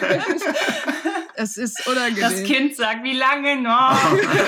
Es ist unangenehm. Das Kind sagt, wie lange noch?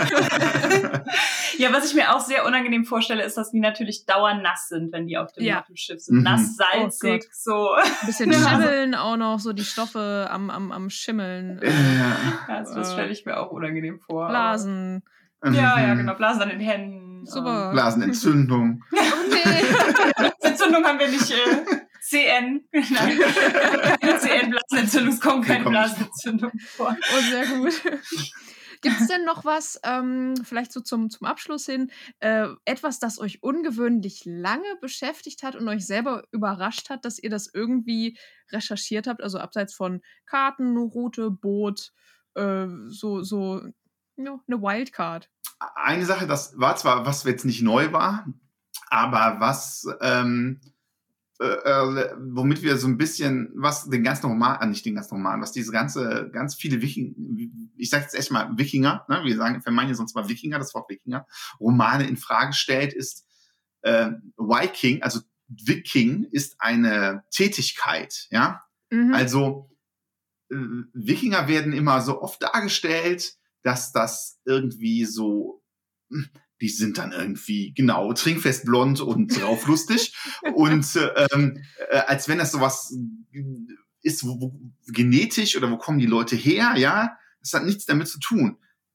Ja, was ich mir auch sehr unangenehm vorstelle, ist, dass die natürlich dauernass sind, wenn die auf dem, ja. auf dem Schiff sind. Mhm. Nass, salzig, oh so. Ein bisschen schimmeln auch noch, so die Stoffe am, am, am Schimmeln. Ja. Also das stelle ich mir auch unangenehm vor. Blasen. Aber, ja, ja, genau. Blasen an den Händen. Super. Blasenentzündung. Oh nee. Entzündung haben wir nicht. Äh, C N. Nein. C N-Blasenentzündung. Es kommt keine Blasenentzündung vor. Oh, sehr gut. Gibt's denn noch was, ähm, vielleicht so zum zum Abschluss hin, äh, etwas, das euch ungewöhnlich lange beschäftigt hat und euch selber überrascht hat, dass ihr das irgendwie recherchiert habt? Also, abseits von Karten, Route, Boot, äh, so so, ja, 'ne Wildcard. Eine Sache, das war zwar, was jetzt nicht neu war, aber was, ähm, äh, äh, womit wir so ein bisschen, was den ganzen Roman, äh, nicht den ganzen Roman, was diese ganze, ganz viele Wikinger, ich sage jetzt echt mal Wikinger, ne, wir sagen, wir meinen sonst mal Wikinger, das Wort Wikinger, Romane in Frage stellt, ist äh, Viking, also Viking ist eine Tätigkeit, ja, Mhm. also äh, Wikinger werden immer so oft dargestellt, dass das irgendwie so, die sind dann irgendwie, genau, trinkfest blond und rauflustig und ähm, äh, als wenn das sowas ist, wo, wo, genetisch oder wo kommen die Leute her, ja, das hat nichts damit zu tun.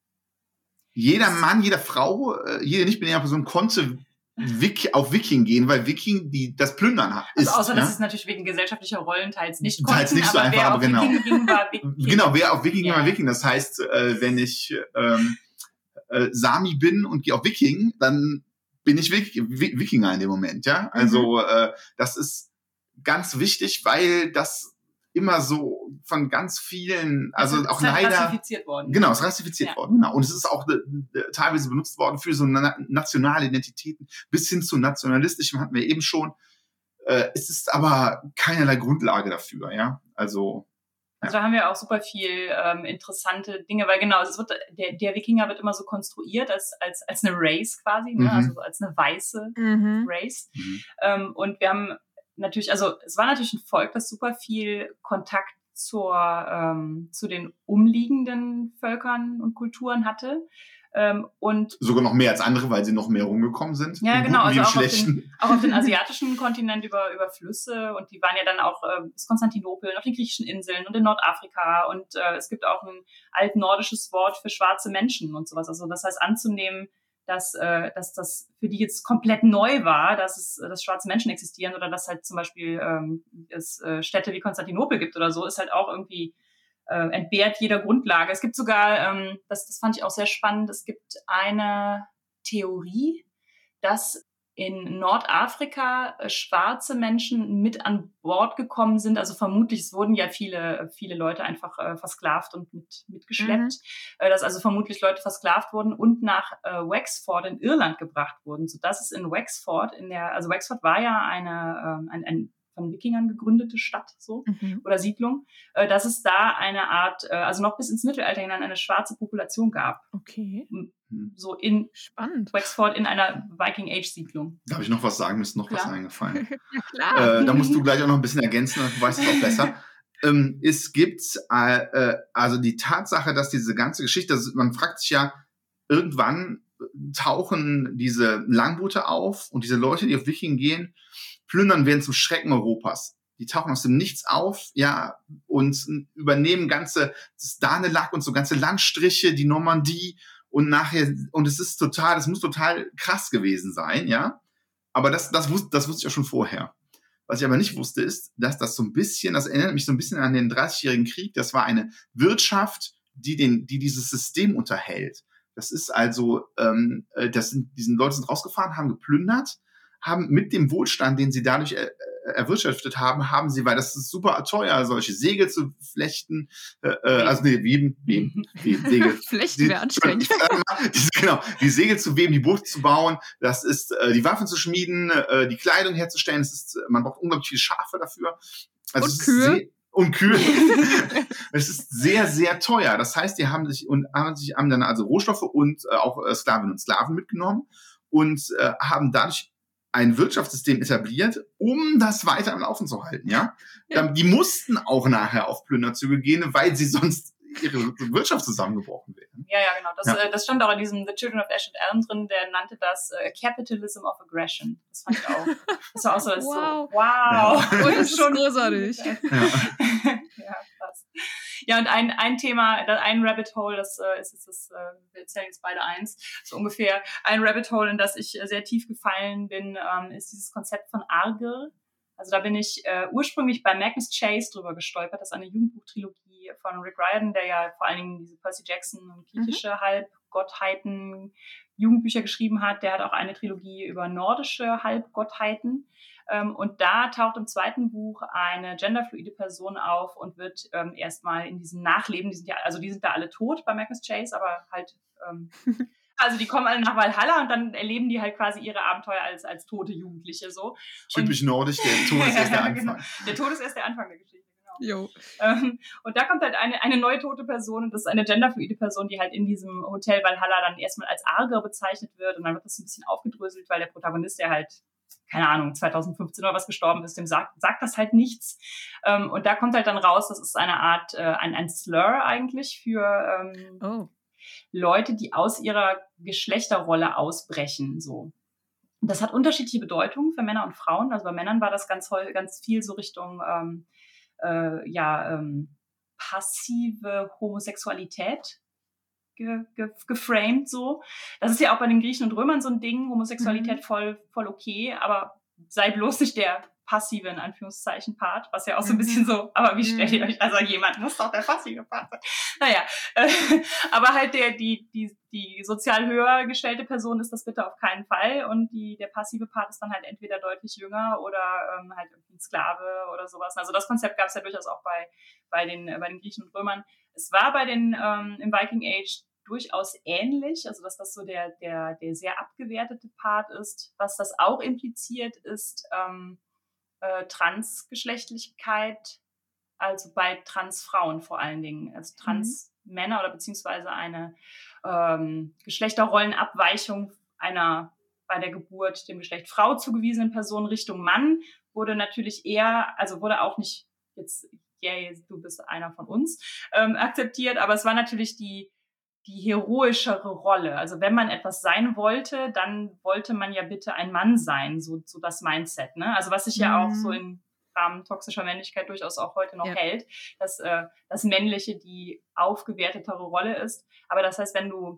Jeder Mann, jede Frau, äh, jede nicht-binäre Person konnte Wik- auf Viking gehen, weil Viking die das Plündern hat. Also ist, außer, ja? dass es natürlich wegen gesellschaftlicher Rollen teils nicht konnten, Teils nicht so aber einfach, wer aber auf genau. Viking ging, war Viking. Genau, wer auf Viking ging, Ja. war Viking. Das heißt, äh, wenn ich ähm, äh, Sami bin und gehe auf Viking, dann bin ich Wik- Wik- Wikinger in dem Moment, ja. Also äh, das ist ganz wichtig, weil das immer so von ganz vielen, also Es auch ist halt leider rassifiziert worden. Genau, es ist rassifiziert Ja. worden, genau. Und es ist auch äh, teilweise benutzt worden für so na- nationale Identitäten bis hin zu nationalistischem, hatten wir eben schon. Äh, es ist aber keinerlei Grundlage dafür, ja. Also Also da haben wir auch super viel ähm, interessante Dinge, weil genau, es wird, der, der Wikinger wird immer so konstruiert als, als, als eine Race quasi, ne? Mhm. Also als eine weiße Mhm. Race. mhm. Ähm, und wir haben natürlich, also es war natürlich ein Volk, das super viel Kontakt zur, ähm, zu den umliegenden Völkern und Kulturen hatte. Ähm, und sogar noch mehr als andere, weil sie noch mehr rumgekommen sind. ja, Im genau, Guten wie also im auch auf, Schlechten. den, auch auf den asiatischen Kontinent über, über Flüsse und die waren ja dann auch äh, bis Konstantinopel, auf den griechischen Inseln und in Nordafrika und äh, es gibt auch ein altnordisches Wort für schwarze Menschen und sowas. Also das heißt anzunehmen, dass, äh, dass das für die jetzt komplett neu war, dass es dass schwarze Menschen existieren oder dass halt zum Beispiel ähm, es äh, Städte wie Konstantinopel gibt oder so, ist halt auch irgendwie äh, entbehrt jeder Grundlage. Es gibt sogar, ähm, das, das fand ich auch sehr spannend, es gibt eine Theorie, dass in Nordafrika äh, schwarze Menschen mit an Bord gekommen sind. Also vermutlich, es wurden ja viele, viele Leute einfach äh, versklavt und mit, mitgeschleppt. Mhm. Äh, dass also vermutlich Leute versklavt wurden und nach äh, Wexford in Irland gebracht wurden. Sodass es in Wexford, in der, also Wexford war ja eine, ähm, ein, ein von Wikingern gegründete Stadt so Mhm. oder Siedlung, äh, dass es da eine Art, äh, also noch bis ins Mittelalter hinein eine schwarze Population gab. Okay, So in spannend. Wexford in einer Viking-Age-Siedlung. Darf ich noch was sagen? Mir ist noch was Klar. eingefallen. Ja, klar. äh, da musst du gleich auch noch ein bisschen ergänzen, du weißt es auch besser. ähm, es gibt äh, äh, also die Tatsache, dass diese ganze Geschichte, also man fragt sich ja, irgendwann tauchen diese Langboote auf und diese Leute, die auf Wiking gehen, plündern, werden zum Schrecken Europas. Die tauchen aus dem Nichts auf, ja, und übernehmen ganze, das Danelag und so ganze Landstriche, die Normandie und nachher, und es ist total, das muss total krass gewesen sein, ja. Aber das, das wusste, das wusste ich auch schon vorher. Was ich aber nicht wusste, ist, dass das so ein bisschen, das erinnert mich so ein bisschen an den dreißigjährigen Krieg. Das war eine Wirtschaft, die den, die dieses System unterhält. Das ist also, ähm, das sind, diese Leute sind rausgefahren, haben geplündert, haben mit dem Wohlstand, den sie dadurch er, erwirtschaftet haben, haben sie, weil das ist super teuer, solche Segel zu flechten, äh, also nee, weben, weben, weben Segel. Flechten wäre anstrengend. Die, genau, die Segel zu weben, die Boote zu bauen, das ist äh, die Waffen zu schmieden, äh, die Kleidung herzustellen, das ist, man braucht unglaublich viele Schafe dafür. Also Und Kühe. Und Kühe. Es ist sehr, sehr teuer. Das heißt, die haben sich und haben sich haben dann also Rohstoffe und äh, auch äh, Sklavinnen und Sklaven mitgenommen und äh, haben dadurch ein Wirtschaftssystem etabliert, um das weiter am Laufen zu halten, ja. Ja. Die mussten auch nachher auf Plünderzüge gehen, weil sie sonst ihre Wirtschaft zusammengebrochen wäre. Ja, ja, genau. Das, Ja. äh, das stand auch in diesem The Children of Ash and Elm drin, der nannte das äh, Capitalism of Aggression. Das fand ich auch. Das war auch so, das Wow. so wow. Ja. Und das ist großartig. Ja. Ja, krass. Ja, und ein, ein Thema, ein Rabbit Hole, das äh, ist jetzt das, äh, wir erzählen jetzt beide eins, so ungefähr. Ein Rabbit Hole, in das ich äh, sehr tief gefallen bin, ähm, ist dieses Konzept von Argyll. Also da bin ich äh, ursprünglich bei Magnus Chase drüber gestolpert. Das ist eine Jugendbuchtrilogie von Rick Riordan, der ja vor allen Dingen diese Percy Jackson und griechische mhm. Halbgottheiten Jugendbücher geschrieben hat. Der hat auch eine Trilogie über nordische Halbgottheiten. Ähm, und da taucht im zweiten Buch eine genderfluide Person auf und wird ähm, erstmal in diesem Nachleben, die sind ja, also die sind da alle tot bei Magnus Chase, aber halt, ähm, also die kommen alle nach Valhalla und dann erleben die halt quasi ihre Abenteuer als, als tote Jugendliche so. Typisch und, nordisch, der Tod ist erst der Anfang. Genau, der Tod ist erst der Anfang der Geschichte. Jo. Ähm, und da kommt halt eine, eine neue tote Person und das ist eine genderfluide Person, die halt in diesem Hotel Valhalla dann erstmal als Arger bezeichnet wird und dann wird das ein bisschen aufgedröselt, weil der Protagonist, der halt, keine Ahnung, zwanzig fünfzehn oder was gestorben ist, dem sagt, sagt das halt nichts. Ähm, und da kommt halt dann raus, das ist eine Art, äh, ein, ein Slur eigentlich für ähm, oh. Leute, die aus ihrer Geschlechterrolle ausbrechen, so. Und das hat unterschiedliche Bedeutungen für Männer und Frauen. Also bei Männern war das ganz, ganz viel so Richtung, ähm, Äh, ja, ähm, passive Homosexualität ge, ge, geframed so. Das ist ja auch bei den Griechen und Römern so ein Ding, Homosexualität mhm. voll, voll okay, aber sei bloß nicht der passive, in Anführungszeichen, Part, was ja auch so ein bisschen so, aber wie stellt ihr euch, also jemand muss doch der passive Part sein. Naja, äh, aber halt der, die, die, die sozial höher gestellte Person ist das bitte auf keinen Fall und die, der passive Part ist dann halt entweder deutlich jünger oder ähm, halt irgendwie ein Sklave oder sowas. Also das Konzept gab es ja durchaus auch bei, bei den, äh, bei den Griechen und Römern. Es war bei den, ähm, im Viking Age durchaus ähnlich, also dass das so der, der, der sehr abgewertete Part ist. Was das auch impliziert ist, ähm, äh, Transgeschlechtlichkeit, also bei Transfrauen vor allen Dingen, also Transmänner mhm. oder beziehungsweise eine ähm, Geschlechterrollenabweichung einer bei der Geburt dem Geschlecht Frau zugewiesenen Person Richtung Mann wurde natürlich eher, also wurde auch nicht jetzt, yay, du bist einer von uns, ähm, akzeptiert, aber es war natürlich die die heroischere Rolle. Also wenn man etwas sein wollte, dann wollte man ja bitte ein Mann sein, so, so das Mindset, ne? Also was sich ja mhm. auch so im Rahmen toxischer Männlichkeit durchaus auch heute noch ja. hält, dass äh, das Männliche die aufgewertetere Rolle ist. Aber das heißt, wenn du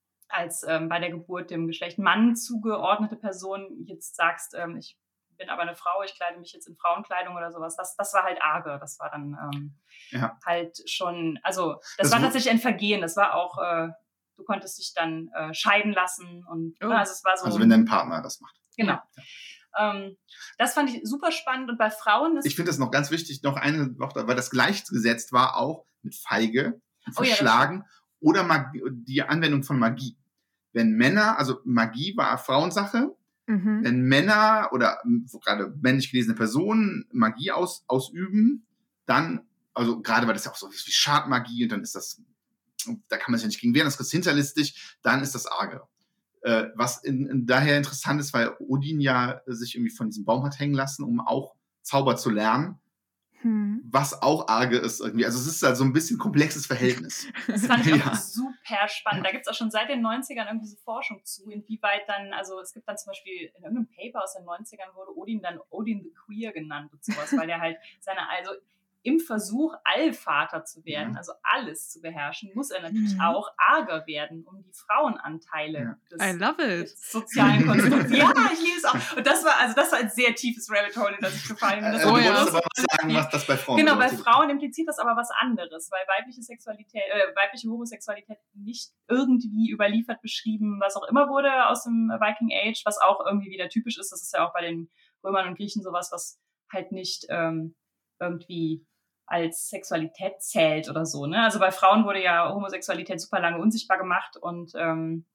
als ähm, bei der Geburt dem Geschlecht Mann zugeordnete Person jetzt sagst, ähm, ich bin aber eine Frau, ich kleide mich jetzt in Frauenkleidung oder sowas, das, das war halt arge, das war dann ähm, ja. halt schon, also das, das war tatsächlich ein Vergehen, das war auch, äh, du konntest dich dann äh, scheiden lassen und oh. ne, also es war so. Also wenn dein Partner das macht. Genau. Ja. Ähm, das fand ich super spannend und bei Frauen ist... Ich finde das noch ganz wichtig, noch eine Woche, weil das gleichgesetzt war auch mit Feige, Verschlagen oh, ja, oder Magie, die Anwendung von Magie. Wenn Männer, also Magie war Frauensache, Mhm. wenn Männer oder gerade männlich gelesene Personen Magie aus, ausüben, dann, also gerade weil das ja auch so ist wie Schadmagie und dann ist das, da kann man sich ja nicht gegen wehren, das ist hinterlistig, dann ist das arge. Äh, was in, in daher interessant ist, weil Odin ja sich irgendwie von diesem Baum hat hängen lassen, um auch Zauber zu lernen. Hm. Was auch arge ist irgendwie. Also es ist halt so ein bisschen komplexes Verhältnis. Das fand ich auch ja. super spannend. Da gibt es auch schon seit den neunzigern irgendwie so Forschung zu, inwieweit dann, also es gibt dann zum Beispiel in irgendeinem Paper aus den neunzigern wurde Odin dann Odin the Queer genannt und sowas, weil der halt seine, also im Versuch, Allvater zu werden, mhm. also alles zu beherrschen, muss er natürlich mhm. auch arger werden, um die Frauenanteile ja. des, I love it. des sozialen Konstrukts. Ja, ich liebe es auch. Und das war, also das war ein sehr tiefes Rabbit Hole, in das ich gefallen bin. Das oh, du ja. wolltest aber was sagen, was das bei Frauen Genau, bedeutet. Bei Frauen impliziert das aber was anderes, weil weibliche Sexualität, äh, weibliche Homosexualität nicht irgendwie überliefert beschrieben, was auch immer wurde aus dem Viking Age, was auch irgendwie wieder typisch ist. Das ist ja auch bei den Römern und Griechen sowas, was halt nicht ähm, irgendwie als Sexualität zählt oder so, ne? Also bei Frauen wurde ja Homosexualität super lange unsichtbar gemacht und ähm,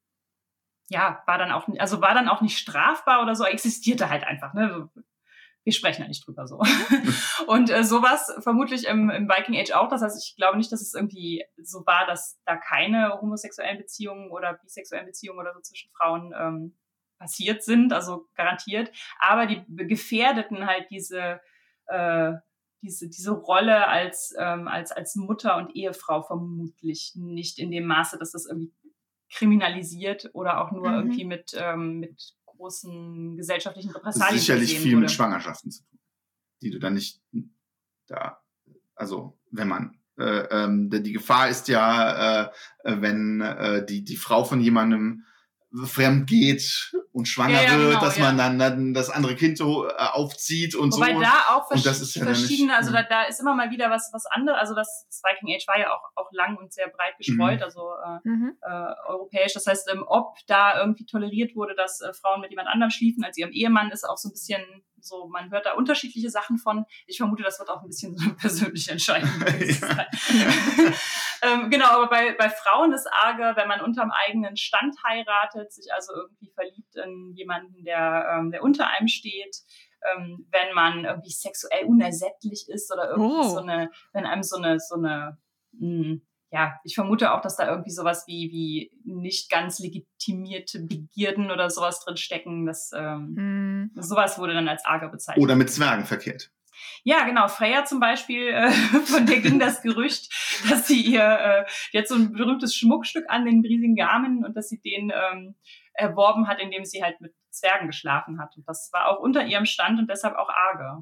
ja, war dann auch, also war dann auch nicht strafbar oder so, existierte halt einfach, ne? Wir sprechen ja nicht drüber so. Und äh, sowas vermutlich im, im Viking Age auch. Das heißt, ich glaube nicht, dass es irgendwie so war, dass da keine homosexuellen Beziehungen oder bisexuellen Beziehungen oder so zwischen Frauen ähm, passiert sind, also garantiert. Aber die gefährdeten halt diese äh, diese diese Rolle als ähm, als als Mutter und Ehefrau vermutlich nicht in dem Maße, dass das irgendwie kriminalisiert oder auch nur mhm. irgendwie mit ähm, mit großen gesellschaftlichen Repressalien. Das ist sicherlich viel wurde. Mit Schwangerschaften zu tun, die du dann nicht da, also wenn man äh, ähm, die Gefahr ist ja, äh, wenn äh, die die Frau von jemandem fremd geht und schwanger Ja, ja, wird, genau, dass ja. man dann, dann das andere Kind so äh, aufzieht und Wobei so. da auch Und vers das ist ja dann verschiedene, nicht- also da, da ist immer mal wieder was, was anderes. Also das, das Viking Age war ja auch, auch lang und sehr breit gestreut, Mhm. also äh, Mhm. äh, europäisch. Das heißt, ähm, ob da irgendwie toleriert wurde, dass äh, Frauen mit jemand anderem schliefen als ihrem Ehemann, ist auch so ein bisschen so, man hört da unterschiedliche Sachen von. Ich vermute, das wird auch ein bisschen so eine persönliche Entscheidung gewesen sein. ähm, genau, aber bei, bei Frauen ist arge, wenn man unterm eigenen Stand heiratet, sich also irgendwie verliebt in jemanden, der, ähm, der unter einem steht, ähm, wenn man irgendwie sexuell unersättlich ist oder irgendwie Oh. so eine, wenn einem so eine, so eine, mh, ja, ich vermute auch, dass da irgendwie sowas wie, wie nicht ganz legitimierte Begierden oder sowas drin stecken. Das, ähm, Hm. sowas wurde dann als arge bezeichnet. Oder mit Zwergen verkehrt. Ja, genau. Freya zum Beispiel, äh, von der ging das Gerücht, dass sie ihr, äh, die hat so ein berühmtes Schmuckstück an, den riesigen Garmin, und dass sie den ähm, erworben hat, indem sie halt mit Zwergen geschlafen hat. Und das war auch unter ihrem Stand und deshalb auch arge.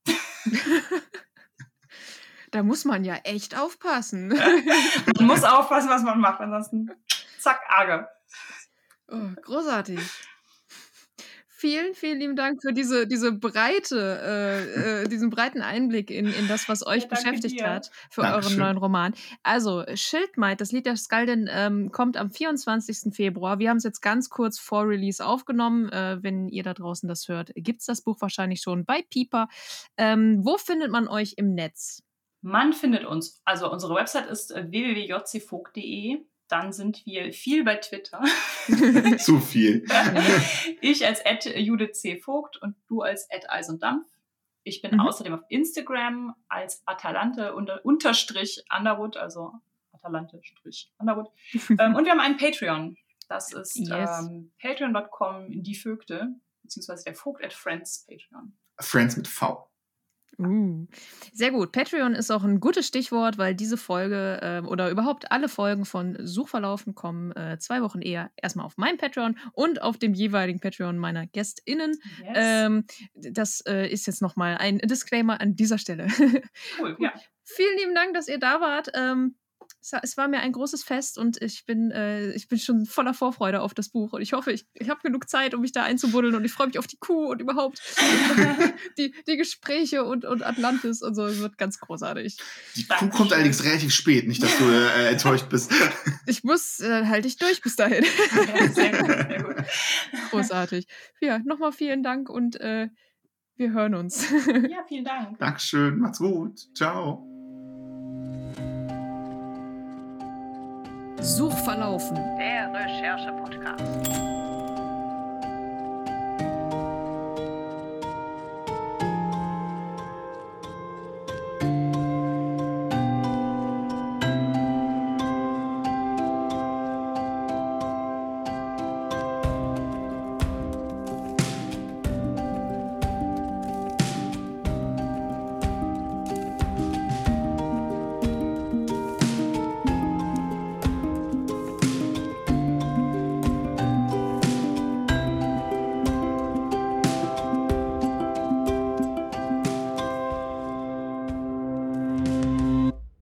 Da muss man ja echt aufpassen. Man muss aufpassen, was man macht, ansonsten zack, arge. Oh, großartig. Vielen, vielen lieben Dank für diese, diese breite, äh, äh, diesen breiten Einblick in, in das, was euch Ja, danke beschäftigt dir. hat für Dankeschön. euren neuen Roman. Also, Schildmaid, das Lied der Skaldin, ähm, kommt am vierundzwanzigsten Februar. Wir haben es jetzt ganz kurz vor Release aufgenommen. Äh, wenn ihr da draußen das hört, gibt es das Buch wahrscheinlich schon bei Piper. Ähm, wo findet man euch im Netz? Man findet uns, also unsere Website ist w w w punkt j c vogt punkt d e. Dann sind wir viel bei Twitter. Zu viel. Ich als at Judith C. Vogt und du als at Eis und Dampf. Ich bin Mhm. außerdem auf Instagram als Atalante unter, unterstrich Underwood, also Atalante Strich Underwood. ähm, und wir haben einen Patreon. Das ist Yes. ähm, patreon punkt com die Vögte, beziehungsweise der Vogt at Friends Patreon. Friends mit V. Uh. Sehr gut. Patreon ist auch ein gutes Stichwort, weil diese Folge äh, oder überhaupt alle Folgen von Suchverlaufen kommen äh, zwei Wochen eher erstmal auf meinem Patreon und auf dem jeweiligen Patreon meiner GästInnen. Yes. Ähm, das äh, ist jetzt nochmal ein Disclaimer an dieser Stelle. Cool, ja. Vielen lieben Dank, dass ihr da wart. Ähm, es, es war mir ein großes Fest und ich bin, äh, ich bin schon voller Vorfreude auf das Buch. Und ich hoffe, ich, ich habe genug Zeit, um mich da einzubuddeln. Und ich freue mich auf die Kuh und überhaupt die, die Gespräche und, und Atlantis und so. Es wird ganz großartig. Die Kuh Dankeschön. kommt allerdings relativ spät, nicht, dass du äh, enttäuscht bist. Ich muss, äh, halte ich durch bis dahin. Ja, sehr gut, sehr gut. Großartig. Ja, nochmal vielen Dank und äh, wir hören uns. Ja, vielen Dank. Dankeschön, macht's gut. Ciao. Suchverlaufen. Der Recherche-Podcast.